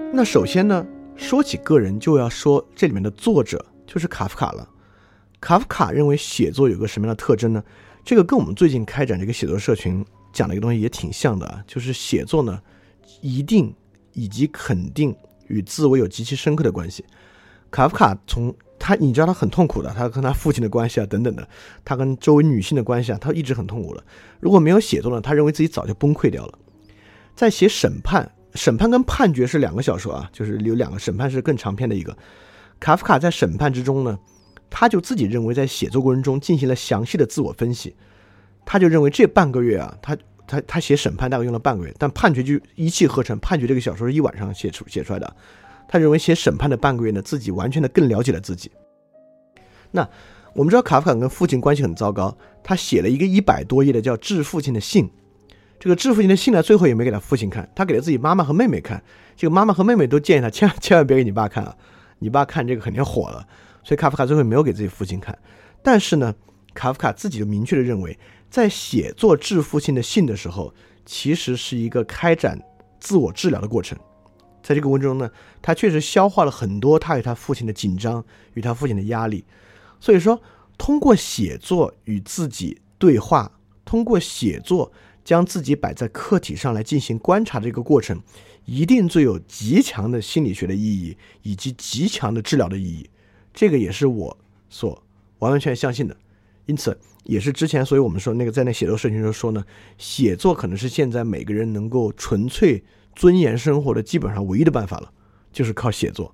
那首先呢，说起个人就要说这里面的作者就是卡夫卡了。卡夫卡认为写作有个什么样的特征呢？这个跟我们最近开展这个写作社群讲的一个东西也挺像的啊，就是写作呢一定以及肯定与自我有极其深刻的关系。卡夫卡你知道他很痛苦的，他跟他父亲的关系啊等等的，他跟周围女性的关系啊，他一直很痛苦的。如果没有写作呢，他认为自己早就崩溃掉了。在写审判跟判决是两个小说啊，就是有两个，审判是更长篇的一个。卡夫卡在审判之中呢，他就自己认为在写作过程中进行了详细的自我分析，他就认为这半个月啊，他写审判大概用了半个月，但判决就一气呵成，判决这个小说是一晚上写出来的。他认为写审判的半个月呢，自己完全的更了解了自己。那我们知道卡夫卡跟父亲关系很糟糕，他写了一个100多页的叫致父亲的信。这个致父亲的信呢，最后也没给他父亲看，他给了自己妈妈和妹妹看。这个妈妈和妹妹都建议他千万别给你爸看啊，你爸看这个肯定火了。所以卡夫卡最后没有给自己父亲看。但是呢，卡夫卡自己就明确的认为，在写作致父亲的信的时候，其实是一个开展自我治疗的过程。在这个过程中呢，他确实消化了很多他与他父亲的紧张，与他父亲的压力。所以说，通过写作与自己对话，通过写作将自己摆在客体上来进行观察这个过程，一定具有极强的心理学的意义，以及极强的治疗的意义。这个也是我所完完全相信的。因此也是之前所以我们说在那写作社群中说呢，写作可能是现在每个人能够纯粹尊严生活的基本上唯一的办法了，就是靠写作。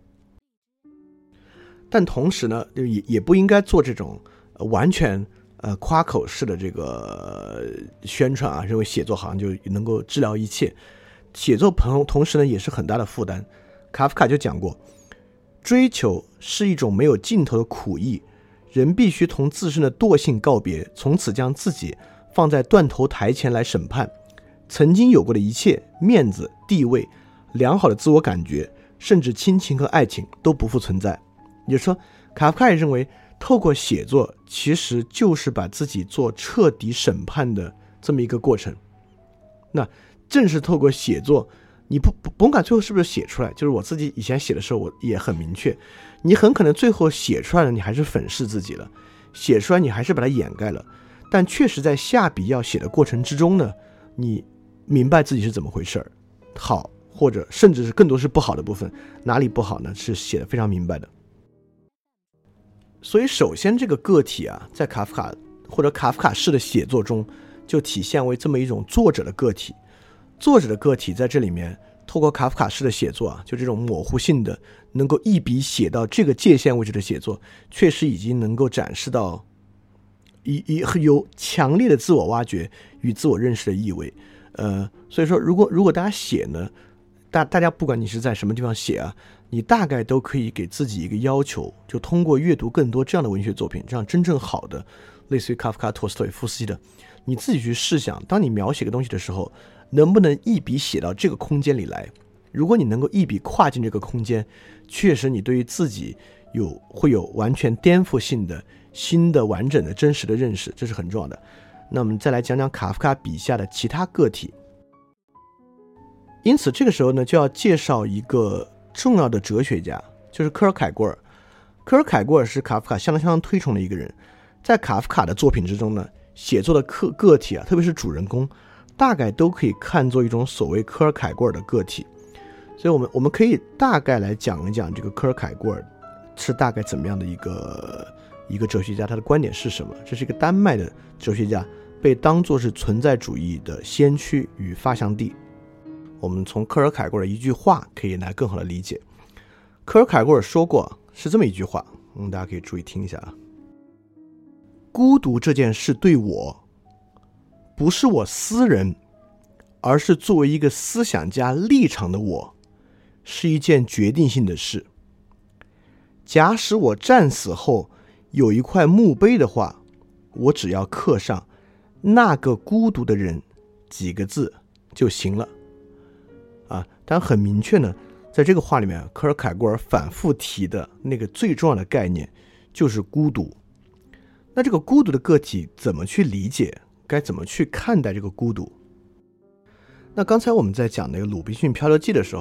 但同时呢，也不应该做这种完全夸口式的这个宣传啊，认为写作好像就能够治疗一切。写作同时呢也是很大的负担。卡夫卡就讲过，追求是一种没有尽头的苦役，人必须同自身的惰性告别，从此将自己放在断头台前来审判。曾经有过的一切，面子、地位、良好的自我感觉，甚至亲情和爱情都不复存在。也就是说，卡夫卡也认为透过写作其实就是把自己做彻底审判的这么一个过程。那正是透过写作，你甭管最后是不是写出来，就是我自己以前写的时候我也很明确，你很可能最后写出来了，你还是粉饰自己了，写出来你还是把它掩盖了，但确实在下笔要写的过程之中呢，你明白自己是怎么回事，好或者甚至是更多是不好的部分，哪里不好呢？是写得非常明白的。所以首先这个个体啊，在卡夫卡或者卡夫卡式的写作中就体现为这么一种作者的个体。作者的个体在这里面透过卡夫卡式的写作啊，就这种模糊性的能够一笔写到这个界限位置的写作，确实已经能够展示到有强烈的自我挖掘与自我认识的意味。所以说如果大家写呢，大家不管你是在什么地方写啊，你大概都可以给自己一个要求，就通过阅读更多这样的文学作品，这样真正好的类似于卡夫卡、托斯托耶夫斯基的，你自己去试想，当你描写个东西的时候，能不能一笔写到这个空间里来。如果你能够一笔跨进这个空间，确实你对于自己会有完全颠覆性的新的完整的真实的认识，这是很重要的。那我们再来讲讲卡夫卡笔下的其他个体。因此这个时候呢，就要介绍一个重要的哲学家，就是科尔凯郭尔。科尔凯郭尔是卡夫卡相当推崇的一个人。在卡夫卡的作品之中呢，写作的个体啊，特别是主人公，大概都可以看作一种所谓科尔凯郭尔的个体。所以我们可以大概来讲一讲这个科尔凯郭尔是大概怎么样的一个哲学家，他的观点是什么。这是一个丹麦的哲学家，被当作是存在主义的先驱与发祥地。我们从科尔凯郭尔一句话可以来更好的理解。科尔凯郭尔说过是这么一句话，大家可以注意听一下啊。孤独这件事对我不是我私人，而是作为一个思想家立场的我，是一件决定性的事。假使我战死后有一块墓碑的话，我只要刻上那个孤独的人几个字就行了啊。但很明确呢，在这个话里面，科尔凯郭尔反复提的那个最重要的概念就是孤独。那这个孤独的个体怎么去理解，该怎么去看待这个孤独？那刚才我们在讲那个鲁滨逊漂流记的时候啊，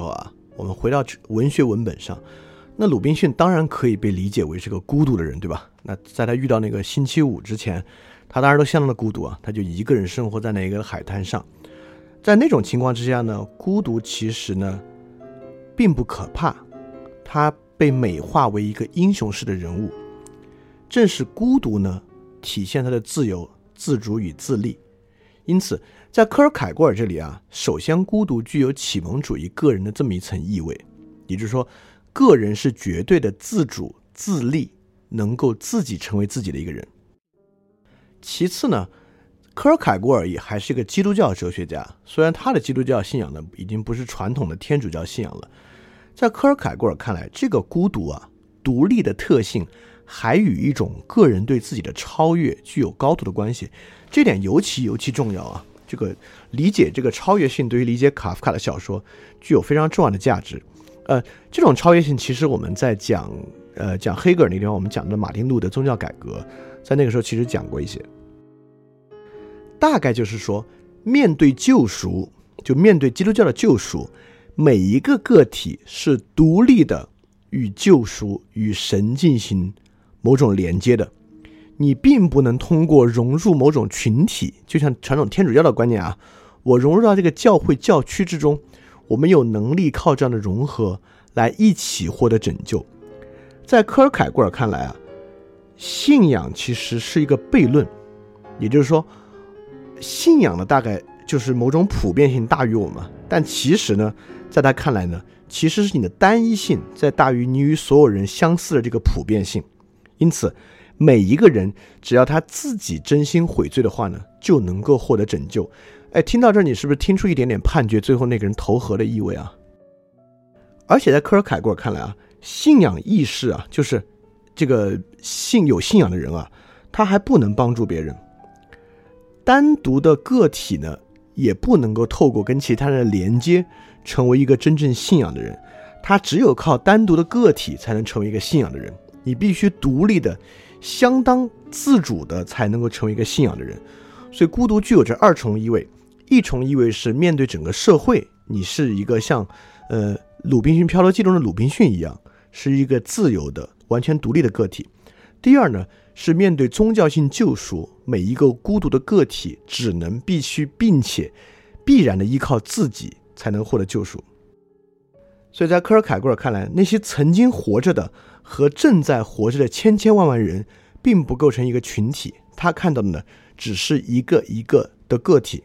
我们回到文学文本上，那鲁滨逊当然可以被理解为是个孤独的人，对吧？那在他遇到那个星期五之前，他当然都相当的孤独啊，他就一个人生活在那个海滩上。在那种情况之下呢，孤独其实呢并不可怕，他被美化为一个英雄式的人物。正是孤独呢体现他的自由、自主与自立。因此在科尔凯郭尔这里啊，首先孤独具有启蒙主义个人的这么一层意味，也就是说个人是绝对的自主自立，能够自己成为自己的一个人。其次呢，科尔凯郭尔也还是一个基督教哲学家，虽然他的基督教信仰呢已经不是传统的天主教信仰了。在科尔凯郭尔看来，这个孤独啊，独立的特性还与一种个人对自己的超越具有高度的关系，这点尤其重要啊。这个理解这个超越性对于理解卡夫卡的小说具有非常重要的价值。这种超越性其实我们在讲黑格尔那地方，我们讲的马丁路德宗教改革，在那个时候其实讲过一些。大概就是说，面对救赎，就面对基督教的救赎，每一个个体是独立的与救赎与神进行某种连接的。你并不能通过融入某种群体，就像传统天主教的观念啊，我融入到这个教会教区之中，我们有能力靠这样的融合来一起获得拯救。在科尔凯郭尔看来啊，信仰其实是一个悖论，也就是说信仰的大概就是某种普遍性大于我们，但其实呢，在他看来呢，其实是你的单一性在大于你与所有人相似的这个普遍性。因此每一个人只要他自己真心悔罪的话呢，就能够获得拯救。听到这儿你是不是听出一点点判决最后那个人投河的意味啊？而且在科尔凯郭尔看来啊，信仰意识啊，就是这个有信仰的人啊，他还不能帮助别人。单独的个体呢，也不能够透过跟其他人的连接成为一个真正信仰的人，他只有靠单独的个体才能成为一个信仰的人。你必须独立的相当自主的才能够成为一个信仰的人。所以孤独具有着二重意味，一重意味是面对整个社会，你是一个像鲁滨逊漂流记中的鲁滨逊一样，是一个自由的完全独立的个体。第二呢，是面对宗教性救赎，每一个孤独的个体只能必须并且必然的依靠自己才能获得救赎。所以在科尔凯郭尔看来，那些曾经活着的和正在活着的千千万万人并不构成一个群体，他看到的呢，只是一个一个的个体。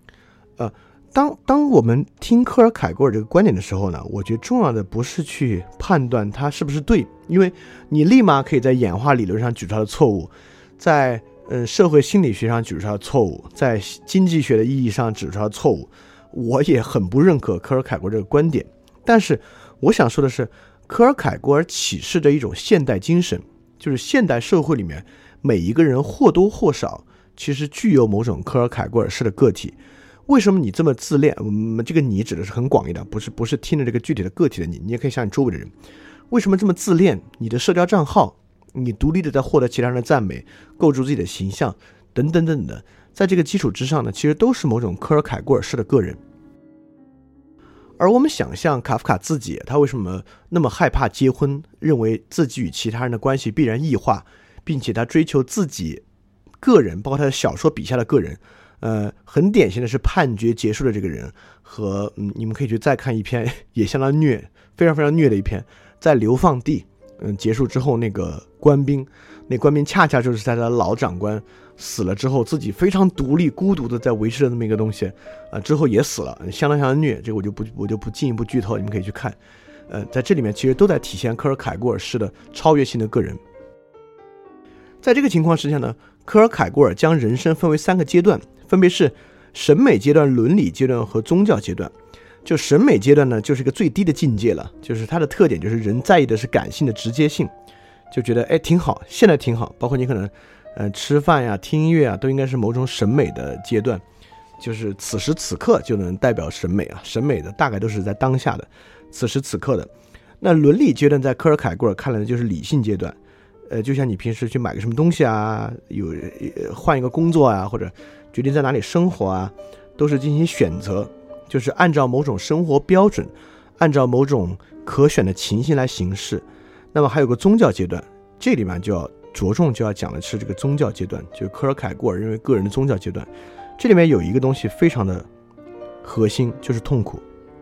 当我们听科尔凯郭尔这个观点的时候呢，我觉得重要的不是去判断它是不是对，因为你立马可以在演化理论上举出他的错误，在社会心理学上举出他的错误，在经济学的意义上指出他的错误。我也很不认可科尔凯郭尔这个观点，但是我想说的是，科尔凯郭尔启示着一种现代精神，就是现代社会里面每一个人或多或少其实具有某种科尔凯郭尔式的个体。为什么你这么自恋？这个你指的是很广义的，不是听着这个具体的个体的你也可以想你周围的人。为什么这么自恋？你的社交账号，你独立的在获得其他人的赞美，构筑自己的形象等等等等，在这个基础之上呢，其实都是某种科尔凯郭尔式的个人。而我们想象卡夫卡自己，他为什么那么害怕结婚，认为自己与其他人的关系必然异化，并且他追求自己个人，包括他的小说笔下的个人。很典型的是判决结束的这个人和你们可以去再看一篇也相当虐，非常非常虐的一篇，在流放地结束之后，那个官兵恰恰就是在他的老长官死了之后，自己非常独立孤独的在维持的那么一个东西之后也死了，相当相当虐。这个我就不进一步剧透，你们可以去看。在这里面其实都在体现科尔凯郭尔式的超越性的个人。在这个情况之下呢，科尔凯郭尔将人生分为3个阶段，分别是审美阶段、伦理阶段和宗教阶段。就审美阶段呢，就是一个最低的境界了，就是它的特点就是人在意的是感性的直接性，就觉得挺好，现在挺好。包括你可能吃饭呀、听音乐啊，都应该是某种审美的阶段，就是此时此刻就能代表审美啊。审美的大概都是在当下的、此时此刻的。那伦理阶段在科尔凯郭尔看来的就是理性阶段。就像你平时去买个什么东西啊，换一个工作啊，或者决定在哪里生活啊，都是进行选择，就是按照某种生活标准， 按照某种可选的情形来行事。那么还有个宗教阶段，这里面就要着重就要讲的是这个宗教阶段，就是科尔凯郭尔认为个人的宗教阶段。这里面有一个东西非常的核心，就是痛苦。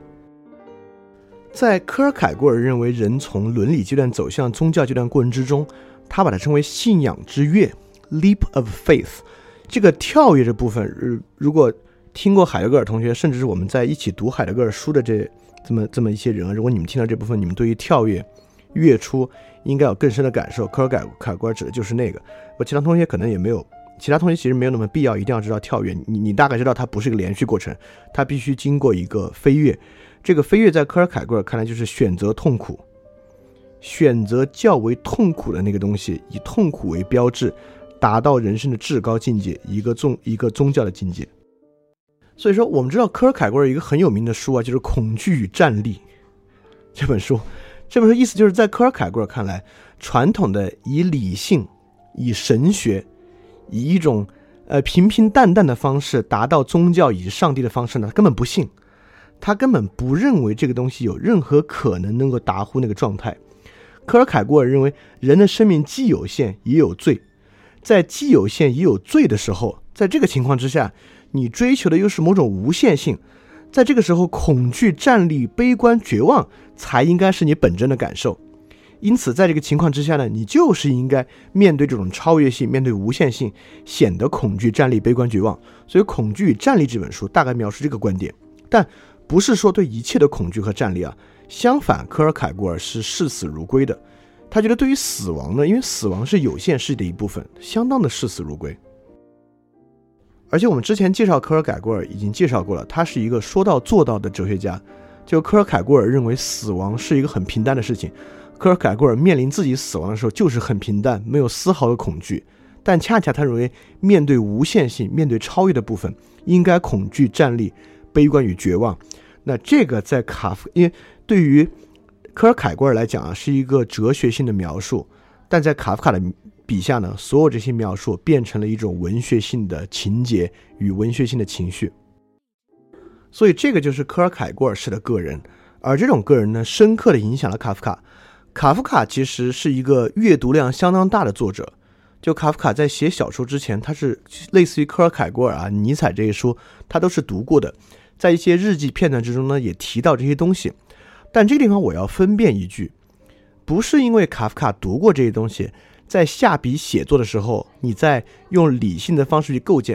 在科尔凯郭尔认为人从伦理阶段走向宗教阶段过程之中，他把它称为信仰之跃 leap of faith。 这个跳跃这部分，如果听过海德格尔同学，甚至是我们在一起读海德格尔书的这么一些人，如果你们听到这部分，你们对于跳跃跃出应该有更深的感受。科尔凯郭尔指的就是那个，其他同学可能也没有，其他同学其实没有那么必要一定要知道跳跃，你大概知道它不是一个连续过程，它必须经过一个飞跃。这个飞跃在科尔凯郭尔看来就是选择痛苦，选择较为痛苦的那个东西，以痛苦为标志，达到人生的至高境界，一个宗教的境界。所以说我们知道科尔凯郭尔有一个很有名的书啊，就是《恐惧与战力》这本书意思就是在科尔凯郭尔看来，传统的以理性、以神学、以一种平平淡淡的方式达到宗教以及上帝的方式呢，他根本不信，他根本不认为这个东西有任何可能能够达乎那个状态。科尔凯郭尔认为人的生命既有限也有罪，在既有限也有罪的时候，在这个情况之下，你追求的又是某种无限性，在这个时候恐惧、战栗、悲观、绝望才应该是你本真的感受。因此在这个情况之下呢，你就是应该面对这种超越性，面对无限性，显得恐惧、战栗、悲观、绝望。所以《恐惧与战栗》这本书大概描述这个观点，但不是说对一切的恐惧和战栗啊。相反，科尔凯郭尔是视死如归的，他觉得对于死亡呢，因为死亡是有限世界的一部分，相当的视死如归。而且我们之前介绍科尔凯郭尔已经介绍过了，他是一个说到做到的哲学家。就科尔凯郭尔认为死亡是一个很平淡的事情，科尔凯郭尔面临自己死亡的时候就是很平淡，没有丝毫的恐惧，但恰恰他认为面对无限性、面对超越的部分，应该恐惧、战栗、悲观与绝望。那这个在因为对于科尔凯郭尔来讲啊，是一个哲学性的描述，但在卡夫卡的笔下呢，所有这些描述变成了一种文学性的情节与文学性的情绪。所以这个就是科尔凯郭尔式的个人，而这种个人呢，深刻地影响了卡夫卡。卡夫卡其实是一个阅读量相当大的作者，就卡夫卡在写小说之前，他是类似于科尔凯郭尔啊、尼采这些书，他都是读过的，在一些日记片段之中呢，也提到这些东西。但这个地方我要分辨一句，不是因为卡夫卡读过这些东西，在下笔写作的时候，你在用理性的方式去构建，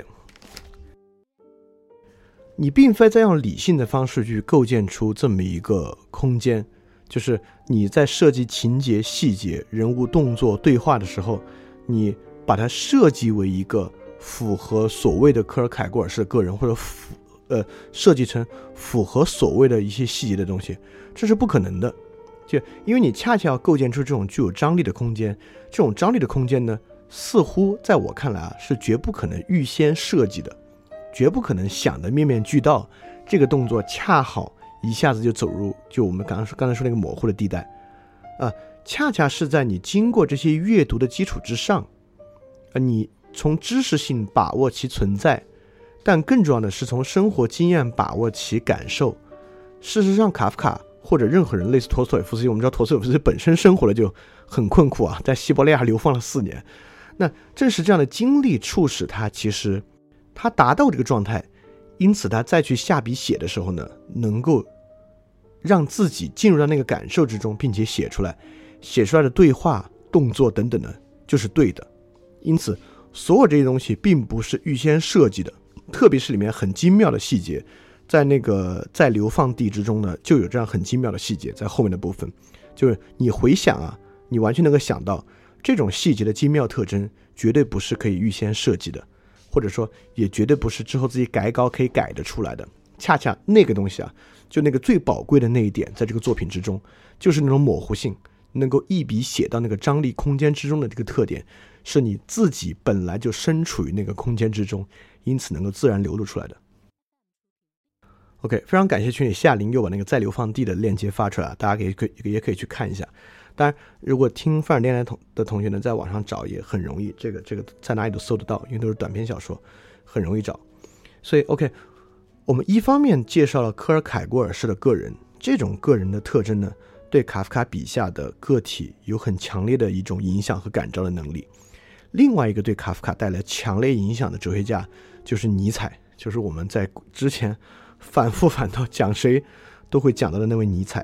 你并非在用理性的方式去构建出这么一个空间，就是你在设计情节、细节、人物动作、对话的时候，你把它设计为一个符合所谓的科尔凯郭尔式的个人，或者设计成符合所谓的一些细节的东西，这是不可能的。就因为你恰恰要构建出这种具有张力的空间，这种张力的空间呢，似乎在我看来啊，是绝不可能预先设计的，绝不可能想的面面俱到，这个动作恰好一下子就走入就我们刚才说那个模糊的地带恰恰是在你经过这些阅读的基础之上你从知识性把握其存在，但更重要的是从生活经验把握其感受。事实上卡夫卡或者任何人，类似陀思妥耶夫斯基，我们知道陀思妥耶夫斯基本身生活的就很困苦啊，在西伯利亚流放了4年，那正是这样的经历促使他其实他达到这个状态，因此他再去下笔写的时候呢，能够让自己进入到那个感受之中，并且写出来的对话、动作等等呢，就是对的。因此所有这些东西并不是预先设计的，特别是里面很精妙的细节，在流放地之中呢，就有这样很精妙的细节，在后面的部分，就是你回想啊，你完全能够想到这种细节的精妙特征，绝对不是可以预先设计的，或者说也绝对不是之后自己改稿可以改得出来的。恰恰那个东西啊，就那个最宝贵的那一点，在这个作品之中，就是那种模糊性，能够一笔写到那个张力空间之中的这个特点，是你自己本来就身处于那个空间之中，因此能够自然流露出来的。OK， 非常感谢群里夏琳又把那个在流放地的链接发出来，大家也可以去看一下。当然，如果听范尔电台的同学呢，在网上找也很容易，这个在哪里都搜得到，因为都是短篇小说，很容易找。所以 OK， 我们一方面介绍了科尔凯郭尔式的个人， 这种个人的特征呢，对卡夫卡笔下的个体有很强烈的一种影响和感召的能力。另外一个对卡夫卡带来强烈影响的哲学家就是尼采，就是我们在之前反复讲谁都会讲到的那位尼采。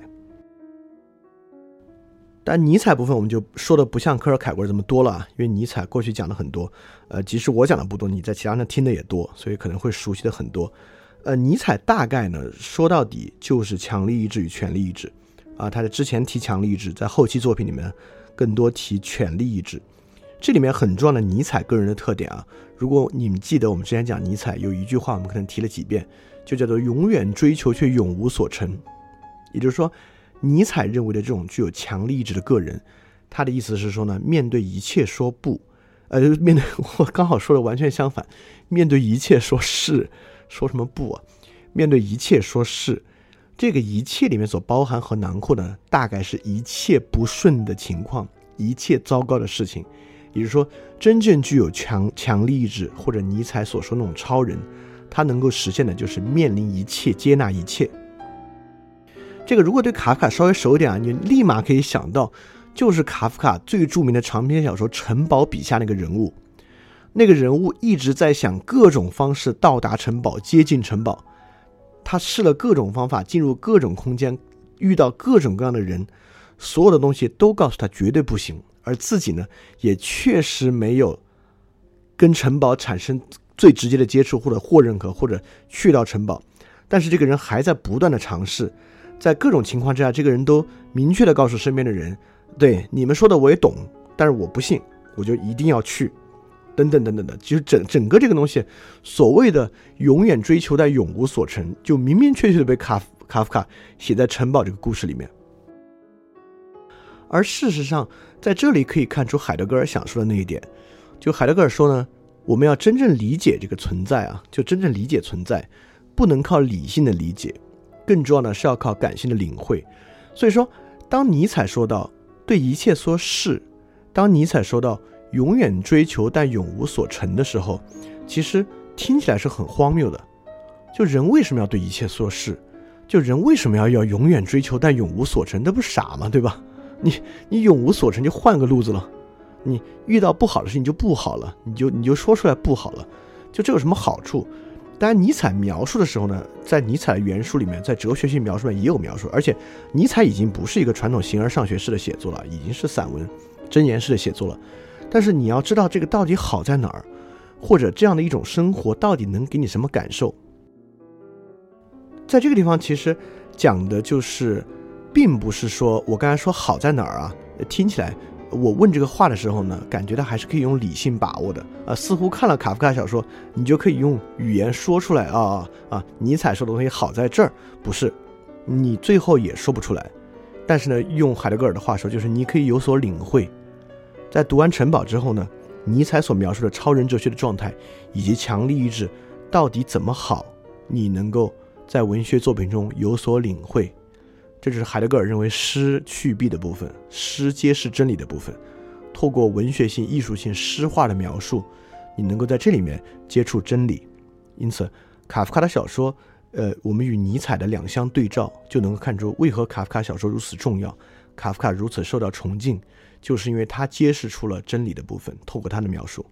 但尼采部分我们就说的不像科尔凯郭这么多了，因为尼采过去讲的很多，即使我讲的不多，你在其他人听的也多，所以可能会熟悉的很多。尼采大概呢说到底就是强力意志与权力意志啊，他在之前提强力意志，在后期作品里面更多提权力意志。这里面很重要的尼采个人的特点啊，如果你们记得我们之前讲尼采有一句话我们可能提了几遍，就叫做永远追求却永无所成。也就是说尼采认为的这种具有强力意志的个人，他的意思是说呢，面对一切说不，面对我刚好说的完全相反，面对一切说是，说什么不啊？面对一切说是，这个一切里面所包含和囊括的，大概是一切不顺的情况，一切糟糕的事情。也就是说，真正具有强力意志，或者尼采所说那种超人，他能够实现的就是面临一切，接纳一切。这个如果对卡夫卡稍微熟一点啊，你立马可以想到，就是卡夫卡最著名的长篇小说《城堡》笔下那个人物。那个人物一直在想各种方式到达城堡，接近城堡。他试了各种方法，进入各种空间，遇到各种各样的人，所有的东西都告诉他绝对不行。而自己呢，也确实没有跟城堡产生最直接的接触，或者获认可，或者去到城堡。但是这个人还在不断的尝试，在各种情况之下，这个人都明确的告诉身边的人，对你们说的我也懂，但是我不信，我就一定要去，等等等等的。其实整个这个东西，所谓的永远追求但永无所成，就明明确确的被卡夫卡写在城堡这个故事里面。而事实上在这里可以看出海德格尔想说的那一点，就海德格尔说呢，我们要真正理解这个存在啊，就真正理解存在，不能靠理性的理解，更重要的是要靠感性的领会。所以说当尼采说到对一切说是，当尼采说到永远追求但永无所成的时候，其实听起来是很荒谬的。就人为什么要对一切说是？就人为什么要永远追求但永无所成？那不是傻吗？对吧？你永无所成就换个路子了，你遇到不好的事情就不好了，你就说出来不好了，就这有什么好处？当然尼采描述的时候呢，在尼采的原书里面，在哲学性描述里面也有描述，而且尼采已经不是一个传统形而上学式的写作了，已经是散文箴言式的写作了。但是你要知道这个到底好在哪儿，或者这样的一种生活到底能给你什么感受。在这个地方其实讲的就是并不是说我刚才说好在哪儿啊，听起来我问这个话的时候呢，感觉到还是可以用理性把握的似乎看了卡夫卡小说，你就可以用语言说出来尼采说的东西好在这儿，不是，你最后也说不出来。但是呢，用海德格尔的话说，就是你可以有所领会。在读完《城堡》之后呢，尼采所描述的超人哲学的状态以及强力意志到底怎么好，你能够在文学作品中有所领会。这就是海德格尔认为诗去弊的部分，诗揭示真理的部分。透过文学性、艺术性、诗化的描述，你能够在这里面接触真理。因此卡夫卡的小说我们与尼采的两相对照，就能够看出为何卡夫卡小说如此重要，卡夫卡如此受到崇敬，就是因为他揭示出了真理的部分，透过他的描述。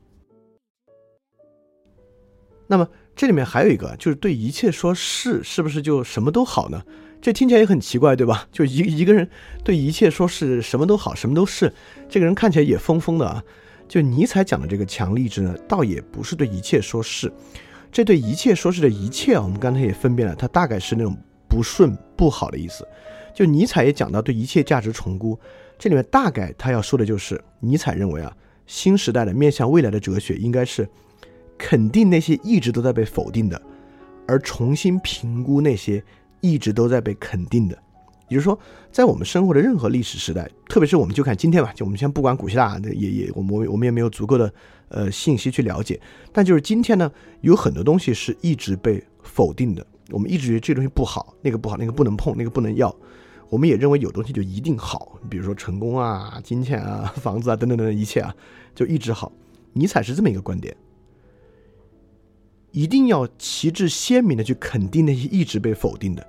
那么这里面还有一个，就是对一切说是不是就什么都好呢？这听起来也很奇怪，对吧？就一个人对一切说是什么都好，什么都是，这个人看起来也疯疯的啊。就尼采讲的这个强力志呢，倒也不是对一切说是，这对一切说是的一切我们刚才也分辨了，它大概是那种不顺不好的意思。就尼采也讲到对一切价值重估，这里面大概他要说的就是尼采认为新时代的面向未来的哲学应该是肯定那些一直都在被否定的，而重新评估那些一直都在被肯定的。也就是说，在我们生活的任何历史时代，特别是我们就看今天吧，就我们先不管古希腊，我们也没有足够的信息去了解，但就是今天呢，有很多东西是一直被否定的，我们一直觉得这东西不好，那个不好，那个不能碰，那个不能要。我们也认为有东西就一定好，比如说成功啊、金钱啊、房子啊等等等等一切就一直好。尼采是这么一个观点，一定要旗帜鲜明的去肯定那些一直被否定的，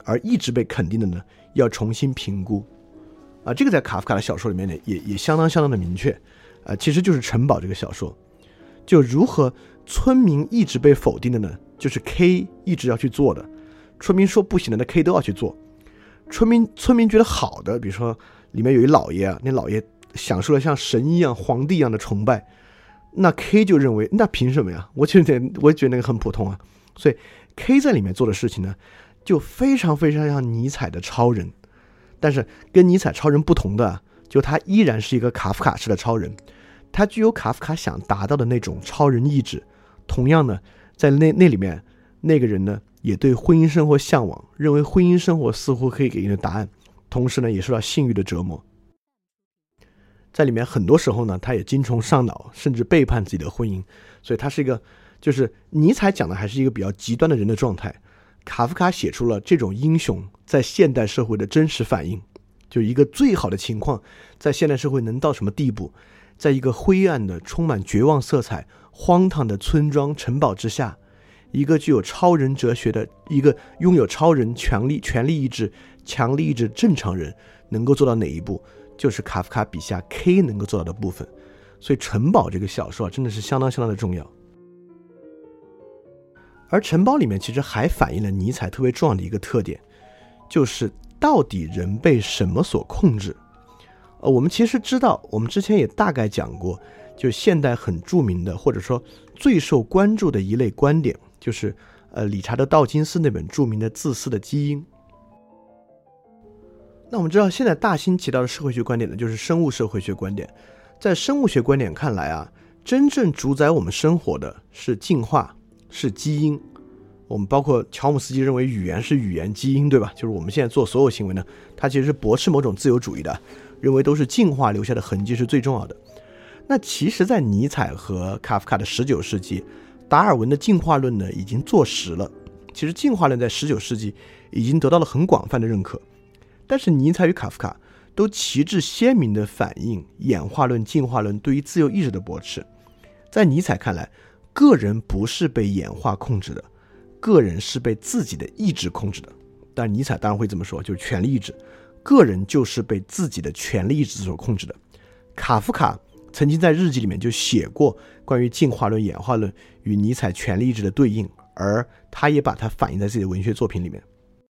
而一直被肯定的呢要重新评估。这个在卡夫卡的小说里面呢也相当的明确。其实就是城堡这个小说，就如何村民一直被否定的呢，就是 K 一直要去做的，村民说不行的，那 K 都要去做。村民觉得好的，比如说里面有一老爷啊，那老爷享受了像神一样皇帝一样的崇拜，那 K 就认为那凭什么呀，我觉得那个很普通啊。所以 K 在里面做的事情呢就非常像尼采的超人，但是跟尼采超人不同的就他依然是一个卡夫卡式的超人，他具有卡夫卡想达到的那种超人意志。同样呢，在那里面那个人呢也对婚姻生活向往，认为婚姻生活似乎可以给人答案，同时呢也受到性欲的折磨。在里面很多时候呢他也精虫上脑，甚至背叛自己的婚姻。所以他是一个，就是尼采讲的还是一个比较极端的人的状态，卡夫卡写出了这种英雄在现代社会的真实反应。就一个最好的情况在现代社会能到什么地步，在一个灰暗的充满绝望色彩荒唐的村庄城堡之下，一个具有超人哲学的，一个拥有超人权力意志强力意志正常人能够做到哪一步，就是卡夫卡笔下 K 能够做到的部分。所以城堡这个小说真的是相当的重要。而城堡里面其实还反映了尼采特别重要的一个特点，就是到底人被什么所控制。我们其实知道，我们之前也大概讲过，就现代很著名的或者说最受关注的一类观点，就是理查德道金斯那本著名的自私的基因。那我们知道现在大行其道的社会学观点呢，就是生物社会学观点。在生物学观点看来真正主宰我们生活的是进化，是基因。我们包括乔姆斯基认为语言是语言基因，对吧？就是我们现在做所有行为呢，它其实是驳斥某种自由主义的，认为都是进化留下的痕迹是最重要的。那其实在尼采和卡夫卡的19世纪，达尔文的进化论呢已经坐实了。其实进化论在19世纪已经得到了很广泛的认可，但是尼采与卡夫卡都旗帜鲜明地反映演化论进化论对于自由意志的驳斥。在尼采看来，个人不是被演化控制的，个人是被自己的意志控制的。但尼采当然会这么说，就是权力意志，个人就是被自己的权力意志所控制的。卡夫卡曾经在日记里面就写过关于进化论演化论与尼采权力意志的对应，而他也把它反映在自己的文学作品里面。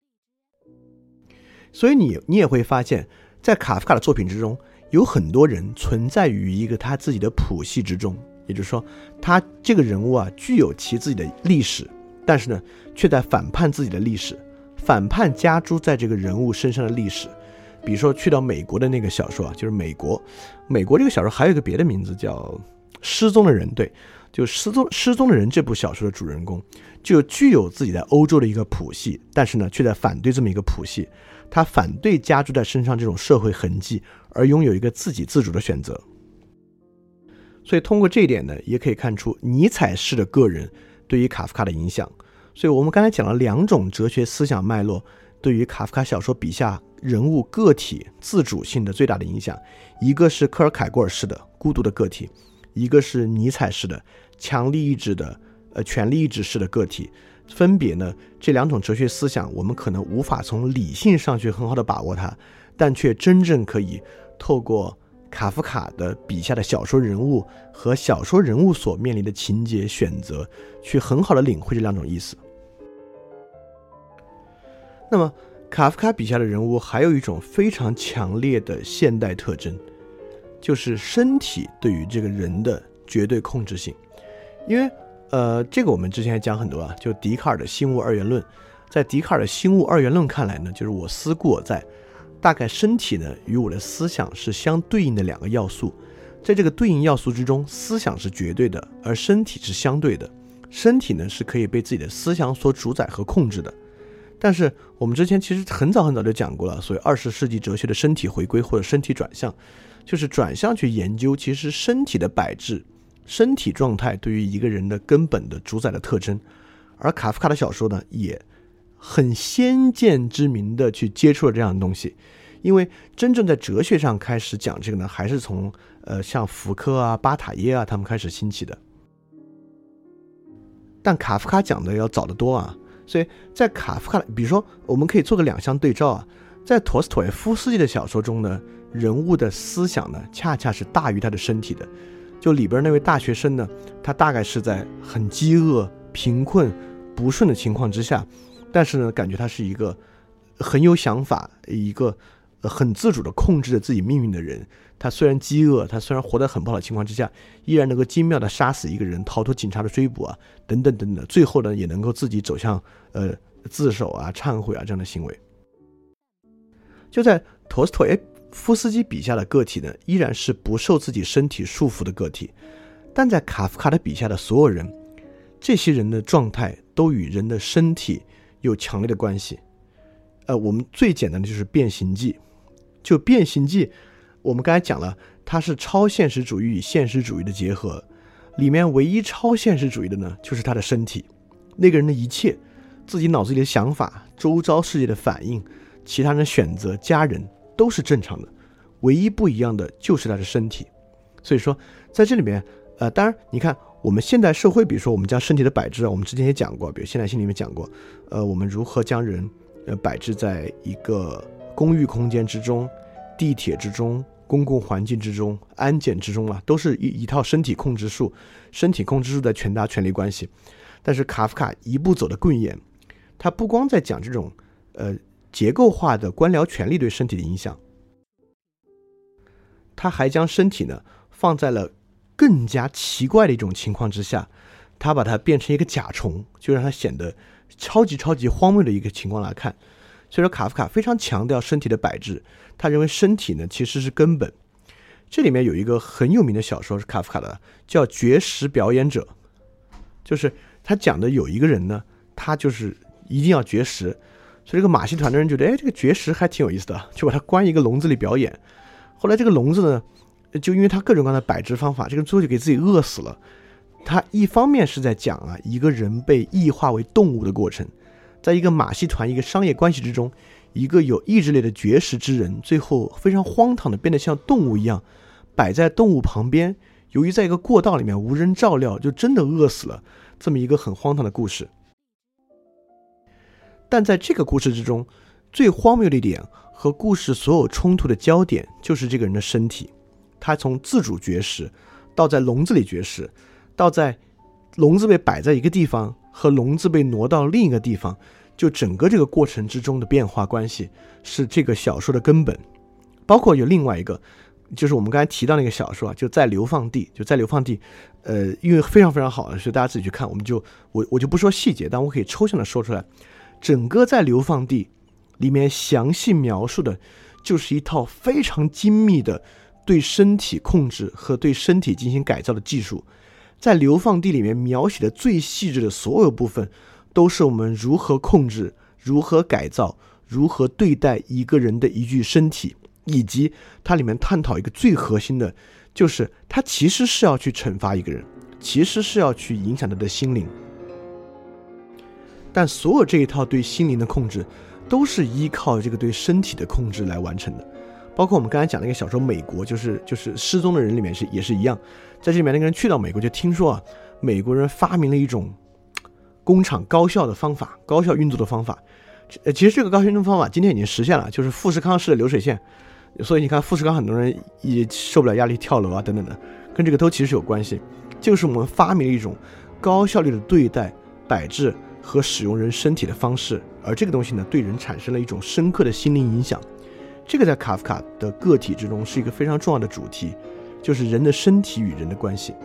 所以你也会发现，在卡夫卡的作品之中，有很多人存在于一个他自己的谱系之中，也就是说他这个人物具有其自己的历史，但是呢却在反叛自己的历史，反叛加诸在这个人物身上的历史。比如说去到美国的那个小说就是美国这个小说还有一个别的名字叫失踪的人。对，就失踪的人这部小说的主人公就具有自己在欧洲的一个谱系，但是呢却在反对这么一个谱系，他反对加诸在身上这种社会痕迹，而拥有一个自给自主的选择。所以通过这一点呢，也可以看出尼采式的个人对于卡夫卡的影响。所以我们刚才讲了两种哲学思想脉络对于卡夫卡小说笔下人物个体自主性的最大的影响，一个是科尔凯郭尔式的孤独的个体，一个是尼采式的强力意志的权力意志式的个体。分别呢，这两种哲学思想我们可能无法从理性上去很好的把握它，但却真正可以透过卡夫卡的笔下的小说人物和小说人物所面临的情节选择，去很好的领会这两种意思。那么卡夫卡笔下的人物还有一种非常强烈的现代特征，就是身体对于这个人的绝对控制性。因为这个我们之前讲很多就笛卡尔的心物二元论。在笛卡尔的心物二元论看来呢，就是我思故我在，大概身体呢与我的思想是相对应的两个要素。在这个对应要素之中，思想是绝对的，而身体是相对的。身体呢是可以被自己的思想所主宰和控制的。但是我们之前其实很早就讲过了，所以20世纪哲学的身体回归或者身体转向，就是转向去研究其实身体的摆置，身体状态对于一个人的根本的主宰的特征。而卡夫卡的小说呢也很先见之明的去接触了这样的东西。因为真正在哲学上开始讲这个呢，还是从像福柯巴塔耶他们开始兴起的。但卡夫卡讲的要早得多所以在卡夫卡，比如说我们可以做个两项对照啊，在陀思妥耶夫斯基的小说中呢，人物的思想呢恰恰是大于他的身体的。就里边那位大学生呢，他大概是在很饥饿、贫困、不顺的情况之下，但是呢，感觉他是一个很有想法、一个很自主的控制着自己命运的人。他虽然饥饿，他虽然活得很不好的情况之下，依然能够精妙的杀死一个人，逃脱警察的追捕啊，等等等等。最后呢，也能够自己走向自首啊、忏悔啊这样的行为。就在陀思妥耶夫斯基笔下的个体呢，依然是不受自己身体束缚的个体，但在卡夫卡的笔下的所有人，这些人的状态都与人的身体有强烈的关系。我们最简单的就是变形记。就变形记，我们刚才讲了，它是超现实主义与现实主义的结合，里面唯一超现实主义的呢，就是他的身体，那个人的一切，自己脑子里的想法、周遭世界的反应、其他人的选择、家人都是正常的，唯一不一样的就是他的身体。所以说在这里面当然你看我们现代社会，比如说我们将身体的摆置，我们之前也讲过，比如现代性里面讲过我们如何将人摆置在一个公寓空间之中、地铁之中、公共环境之中、安检之中啊，都是一套身体控制术，身体控制术的权达权力关系。但是卡夫卡一步走得更远，他不光在讲这种结构化的官僚权力对身体的影响，他还将身体呢放在了更加奇怪的一种情况之下，他把它变成一个甲虫，就让它显得超级荒谬的一个情况来看。所以说卡夫卡非常强调身体的摆置，他认为身体呢其实是根本。这里面有一个很有名的小说是卡夫卡的，叫《绝食表演者》，就是他讲的有一个人呢，他就是一定要绝食，所以这个马戏团的人觉得这个绝食还挺有意思的，就把他关一个笼子里表演。后来这个笼子呢，就因为他各种各样的摆置方法，这个最后就给自己饿死了。他一方面是在讲一个人被异化为动物的过程，在一个马戏团、一个商业关系之中，一个有意志力的绝食之人，最后非常荒唐的变得像动物一样，摆在动物旁边，由于在一个过道里面无人照料，就真的饿死了，这么一个很荒唐的故事。但在这个故事之中，最荒谬的一点和故事所有冲突的焦点，就是这个人的身体。他从自主绝食，到在笼子里绝食，到在笼子被摆在一个地方和笼子被挪到另一个地方，就整个这个过程之中的变化关系是这个小说的根本。包括有另外一个，就是我们刚才提到那个小说就在流放地，因为非常非常好，所以大家自己去看，我就不说细节，但我可以抽象的说出来。整个在流放地里面详细描述的就是一套非常精密的对身体控制和对身体进行改造的技术。在流放地里面描写的最细致的所有部分，都是我们如何控制、如何改造、如何对待一个人的一具身体，以及它里面探讨一个最核心的，就是它其实是要去惩罚一个人，其实是要去影响他的心灵。但所有这一套对心灵的控制，都是依靠这个对身体的控制来完成的。包括我们刚才讲那个小说《美国》，就是失踪的人里面也是一样，在这里面那个人去到美国，就听说美国人发明了一种工厂高效的方法，高效运作的方法。其实这个高效运作方法今天已经实现了，就是富士康式的流水线。所以你看富士康很多人也受不了压力跳楼等等的，跟这个都其实有关系。就是我们发明了一种高效率的对待、摆置和使用人身体的方式，而这个东西呢，对人产生了一种深刻的心灵影响。这个在卡夫卡的个体之中是一个非常重要的主题，就是人的身体与人的关系。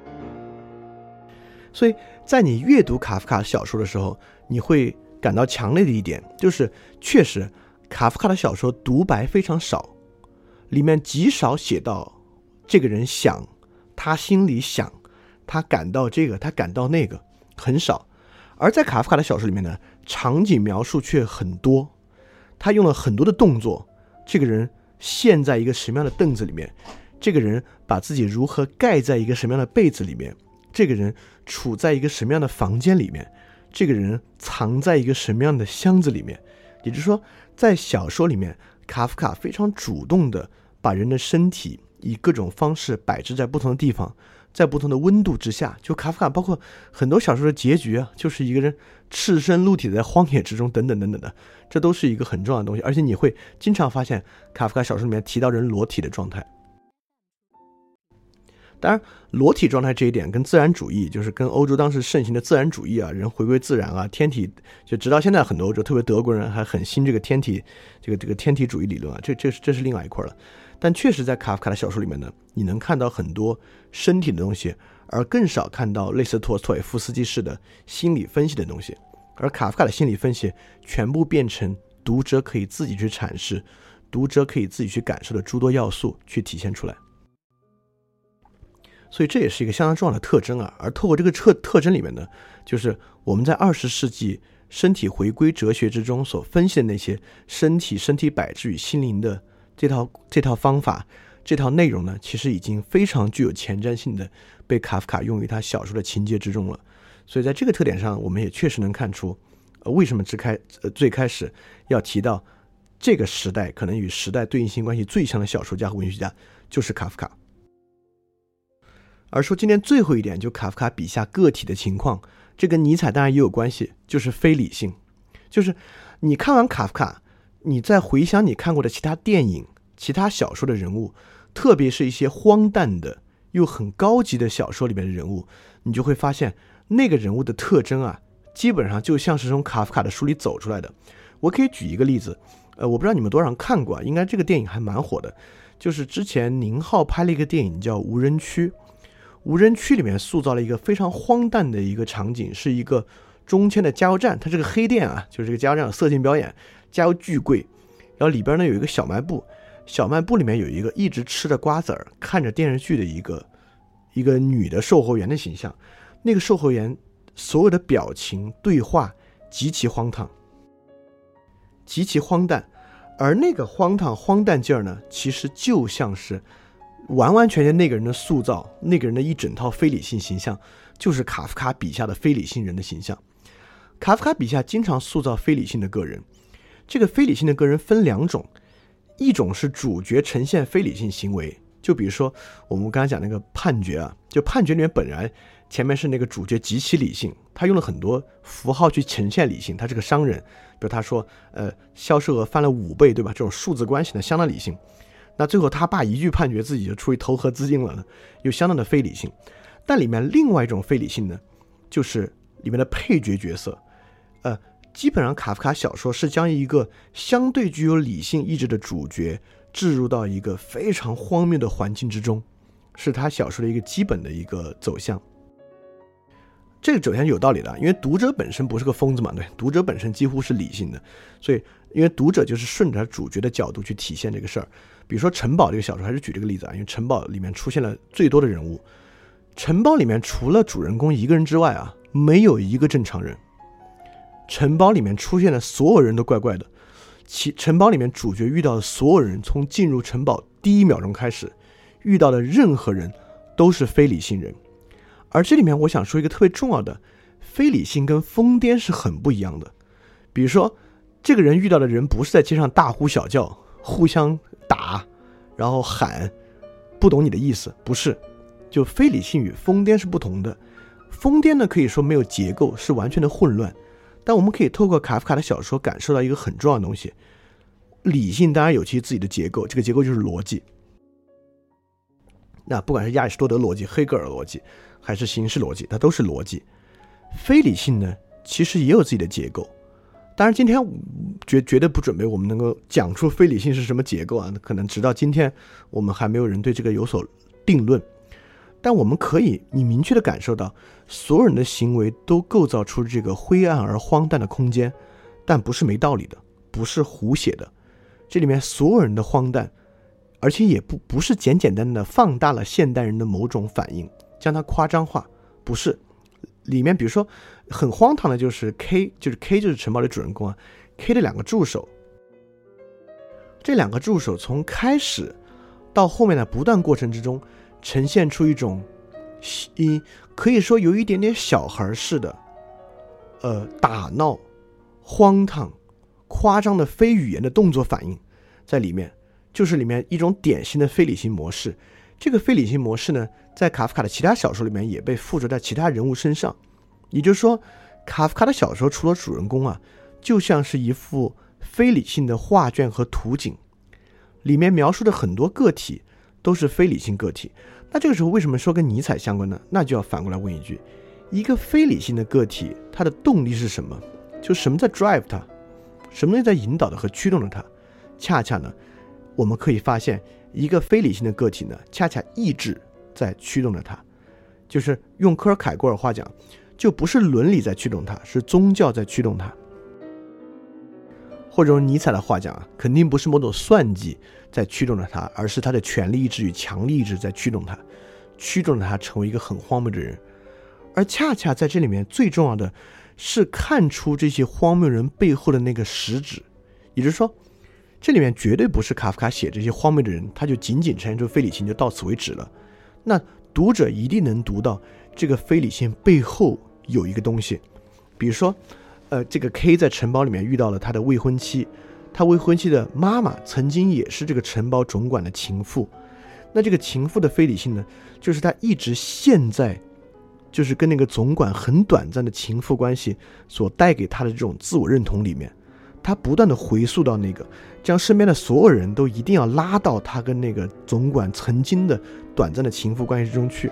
所以在你阅读卡夫卡小说的时候，你会感到强烈的一点，就是确实卡夫卡的小说独白非常少，里面极少写到这个人想，他心里想，他感到这个，他感到那个，很少。而在卡夫卡的小说里面呢，场景描述却很多，他用了很多的动作，这个人陷在一个什么样的凳子里面，这个人把自己如何盖在一个什么样的被子里面，这个人处在一个什么样的房间里面，这个人藏在一个什么样的箱子里面。也就是说，在小说里面，卡夫卡非常主动的把人的身体以各种方式摆置在不同的地方， 在不同的温度之下，就卡夫卡包括很多小说的结局啊，就是一个人赤身露体在荒野之中等等等等的，这都是一个很重要的东西。而且你会经常发现卡夫卡小说里面提到人裸体的状态。当然裸体状态这一点跟自然主义，就是跟欧洲当时盛行的自然主义啊，人回归自然啊，天体，就直到现在很多欧洲特别德国人还很信这个天体，这个天体主义理论啊，这是另外一块了。但确实在卡夫卡的小说里面呢，你能看到很多身体的东西，而更少看到类似托斯托耶夫斯基式的心理分析的东西。而卡夫卡的心理分析全部变成读者可以自己去阐释，读者可以自己去感受的诸多要素去体现出来。所以这也是一个相当重要的特征啊。而透过这个特征里面呢，就是我们在20世纪身体回归哲学之中所分析的那些身体摆置与心灵的这套方法，这套内容呢，其实已经非常具有前瞻性的被卡夫卡用于他小说的情节之中了。所以在这个特点上，我们也确实能看出，为什么最开始要提到这个时代可能与时代对应性关系最强的小说家和文学家就是卡夫卡。而说今天最后一点，就卡夫卡笔下个体的情况，这跟尼采当然也有关系，就是非理性。就是你看完卡夫卡，你再回想你看过的其他电影、其他小说的人物，特别是一些荒诞的又很高级的小说里面的人物，你就会发现那个人物的特征啊，基本上就像是从卡夫卡的书里走出来的。我可以举一个例子，我不知道你们多少人看过，应该这个电影还蛮火的，就是之前宁浩拍了一个电影叫《无人区》。无人区里面塑造了一个非常荒诞的一个场景，是一个中间的加油站，它是个黑店啊，就是这个加油站有色情表演，加油巨贵，然后里边呢有一个小卖部，小卖部里面有一个一直吃着瓜子儿看着电视剧的一个女的售货员的形象。那个售货员所有的表情对话极其荒唐，极其荒诞，而那个荒诞劲儿呢，其实就像是完完全全那个人的塑造，那个人的一整套非理性形象，就是卡夫卡笔下的非理性人的形象。卡夫卡笔下经常塑造非理性的个人，这个非理性的个人分两种，一种是主角呈现非理性行为，就比如说我们刚才讲那个判决啊，就判决里面本来前面是那个主角极其理性，他用了很多符号去呈现理性，他是个商人，比如他说销售额翻了5倍，对吧？这种数字关系呢相当理性。那最后他爸一句判决自己就出去投河资金了呢，又相当的非理性。但里面另外一种非理性呢，就是里面的配角角色。基本上卡夫卡小说是将一个相对具有理性意志的主角置入到一个非常荒谬的环境之中，是他小说的一个基本的一个走向。这个走向有道理的，因为读者本身不是个疯子嘛，对，读者本身几乎是理性的，所以因为读者就是顺着主角的角度去体现这个事儿。比如说城堡这个小说，还是举这个例子啊，因为城堡里面出现了最多的人物，城堡里面除了主人公一个人之外啊，没有一个正常人。城堡里面出现的所有人都怪怪的，城堡里面主角遇到的所有人，从进入城堡第1秒钟开始遇到的任何人都是非理性人。而这里面我想说一个特别重要的，非理性跟疯癫是很不一样的。比如说这个人遇到的人不是在街上大呼小叫互相打然后喊不懂你的意思，不是，就非理性与疯癫是不同的。疯癫呢可以说没有结构，是完全的混乱，但我们可以透过卡夫卡的小说感受到一个很重要的东西，理性当然有其自己的结构，这个结构就是逻辑。那不管是亚里士多德逻辑、黑格尔逻辑还是形式逻辑，它都是逻辑。非理性呢其实也有自己的结构，当然今天绝对不准备我们能够讲出非理性是什么结构啊，可能直到今天我们还没有人对这个有所定论。但我们可以你明确地感受到所有人的行为都构造出这个灰暗而荒诞的空间，但不是没道理的，不是胡写的。这里面所有人的荒诞，而且也不是简简单单的放大了现代人的某种反应，将它夸张化，不是。里面比如说很荒唐的就是 K 就是城堡的主人公啊 ，K 的2个助手，这2个助手从开始到后面的不断过程之中，呈现出一种可以说有一点点小孩式的打闹、荒唐、夸张的非语言的动作反应在里面，就是里面一种典型的非理性模式。 这个非理性模式呢，在卡夫卡的其他小说里面也被附着在其他人物身上。也就是说，卡夫卡的小说除了主人公啊，就像是一幅非理性的画卷和图景，里面描述的很多个体都是非理性个体。那这个时候为什么说跟尼采相关呢？那就要反过来问一句，一个非理性的个体，它的动力是什么？就什么在 drive 它，什么在引导的和驱动着它？恰恰呢，我们可以发现一个非理性的个体呢，恰恰意志在驱动着它。就是用科尔凯郭尔话讲，就不是伦理在驱动它，是宗教在驱动它。或者用尼采的话讲啊，肯定不是某种算计在驱动着他，而是他的权力意志与强力意志在驱动他，驱动着他成为一个很荒谬的人。而恰恰在这里面最重要的是看出这些荒谬人背后的那个实质。也就是说，这里面绝对不是卡夫卡写这些荒谬的人他就仅仅呈现出非理性就到此为止了，那读者一定能读到这个非理性背后有一个东西。比如说这个 K 在城堡里面遇到了他的未婚妻，他未婚妻的妈妈曾经也是这个城堡总管的情妇。那这个情妇的非理性呢，就是他一直陷在就是跟那个总管很短暂的情妇关系所带给他的这种自我认同里面，他不断的回溯到那个，将身边的所有人都一定要拉到他跟那个总管曾经的短暂的情妇关系之中去，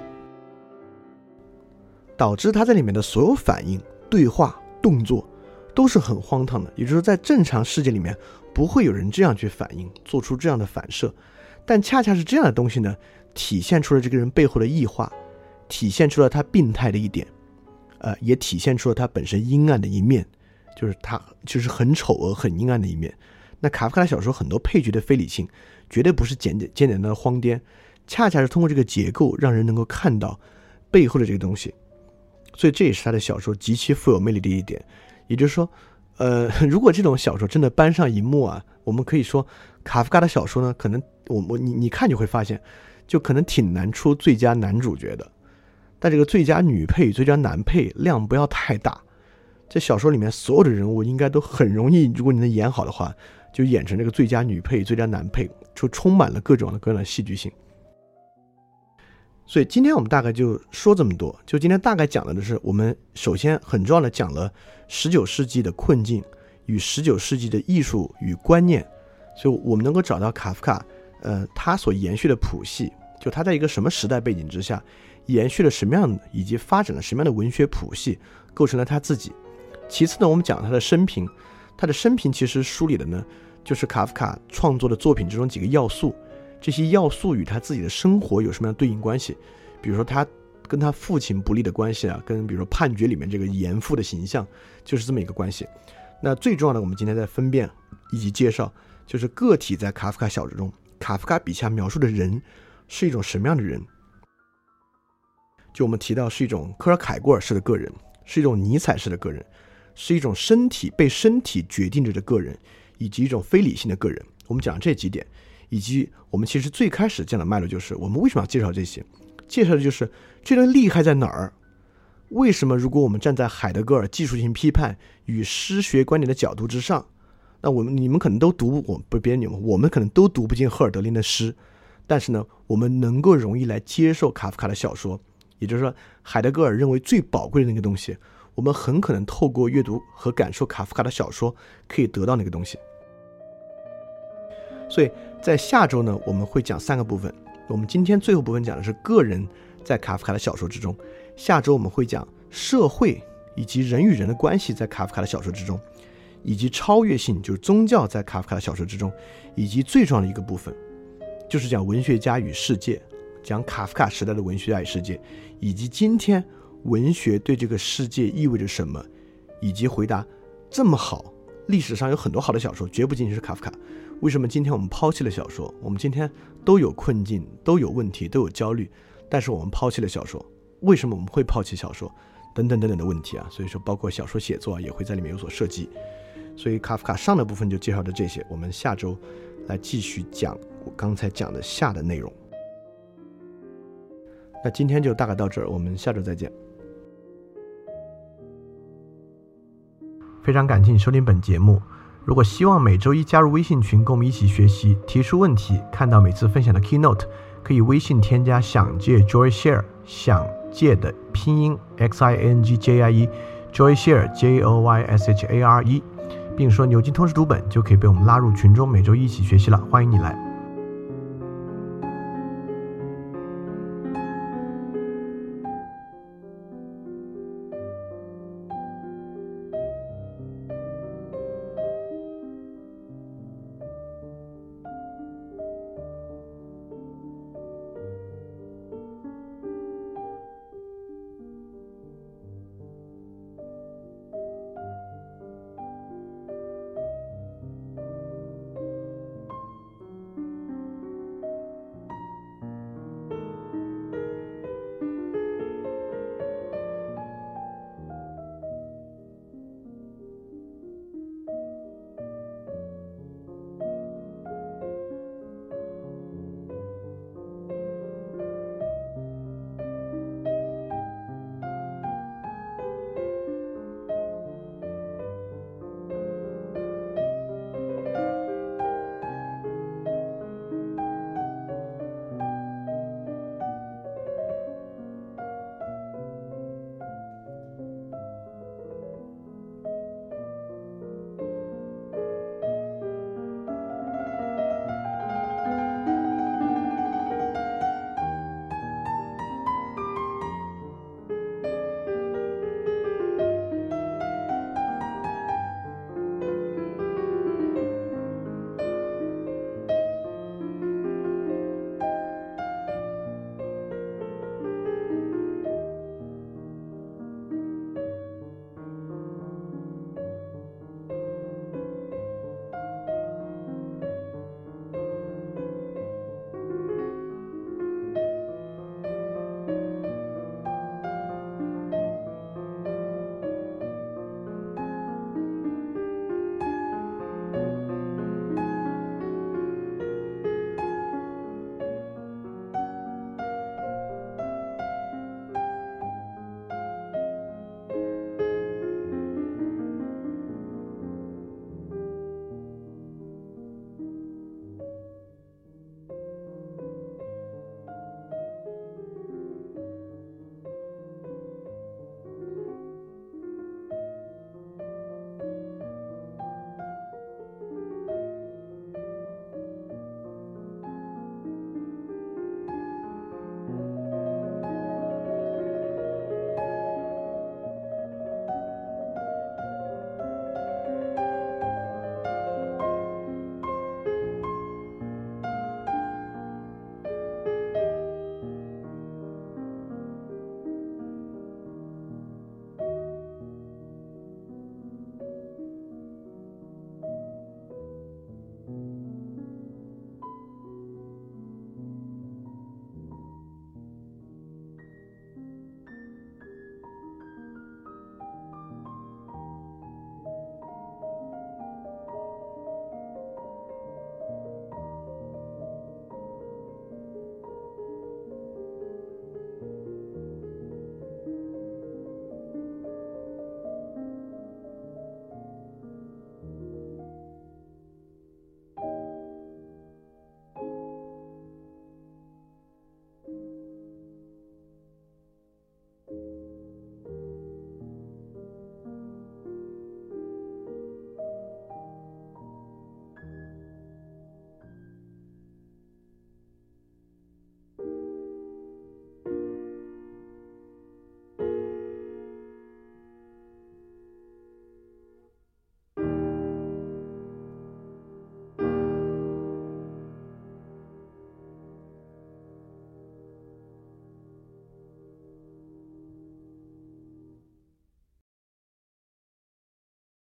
导致他在里面的所有反应、对话、动作都是很荒唐的。也就是说，在正常世界里面不会有人这样去反应，做出这样的反射，但恰恰是这样的东西呢，体现出了这个人背后的异化，体现出了他病态的一点，也体现出了他本身阴暗的一面，就是他就是很丑恶很阴暗的一面。那卡夫卡的小说很多配角的非理性绝对不是简单的荒癫，恰恰是通过这个结构让人能够看到背后的这个东西。所以这也是他的小说极其富有魅力的一点。也就是说如果这种小说真的搬上荧幕啊，我们可以说卡夫卡的小说呢，可能你看就会发现就可能挺难出最佳男主角的，但这个最佳女配最佳男配量不要太大。这小说里面所有的人物应该都很容易，如果你能演好的话，就演成这个最佳女配最佳男配，就充满了各种各样的戏剧性。所以今天我们大概就说这么多，就今天大概讲的是我们首先很重要的讲了19世纪的困境与19世纪的艺术与观念。所以我们能够找到卡夫卡他所延续的谱系，就他在一个什么时代背景之下延续了什么样的以及发展了什么样的文学谱系，构成了他自己。其次呢，我们讲他的生平，他的生平其实梳理的呢就是卡夫卡创作的作品之中几个要素，这些要素与他自己的生活有什么样的对应关系。比如说他跟他父亲不利的关系啊，跟比如说判决里面这个严父的形象就是这么一个关系。那最重要的我们今天在分辨以及介绍，就是个体在卡夫卡小说中，卡夫卡笔下描述的人是一种什么样的人。就我们提到是一种科尔凯郭尔式的个人，是一种尼采式的个人，是一种被身体决定着的个人，以及一种非理性的个人。我们讲这几点，以及我们其实最开始讲的脉络就是我们为什么要介绍这些，介绍的就是这人厉害在哪儿。为什么如果我们站在海德格尔技术性批判与诗学观点的角度之上，那你们可能都读我们可能都读不进赫尔德林的诗，但是呢我们能够容易来接受卡夫卡的小说。也就是说，海德格尔认为最宝贵的那个东西，我们很可能透过阅读和感受卡夫卡的小说可以得到那个东西。所以在下周呢，我们会讲3个部分。我们今天最后部分讲的是个人在卡夫卡的小说之中，下周我们会讲社会以及人与人的关系在卡夫卡的小说之中，以及超越性，就是宗教在卡夫卡的小说之中，以及最重要的一个部分就是讲文学家与世界，讲卡夫卡时代的文学家与世界，以及今天文学对这个世界意味着什么，以及回答这么好，历史上有很多好的小说，绝不仅仅是卡夫卡，为什么今天我们抛弃了小说？我们今天都有困境，都有问题，都有焦虑，但是我们抛弃了小说，为什么我们会抛弃小说？等等等等的问题啊，所以说包括小说写作啊，也会在里面有所涉及。所以卡夫卡上的部分就介绍的这些，我们下周来继续讲我刚才讲的下的内容。那今天就大概到这儿，我们下周再见。非常感谢你收听本节目，如果希望每周一加入微信群跟我们一起学习，提出问题，看到每次分享的 keynote， 可以微信添加想借 JoyShare， 想借的拼音 XINGJIE JoyShare JOYSHARE， 并说牛津通识读本，就可以被我们拉入群中，每周一起学习了，欢迎你来。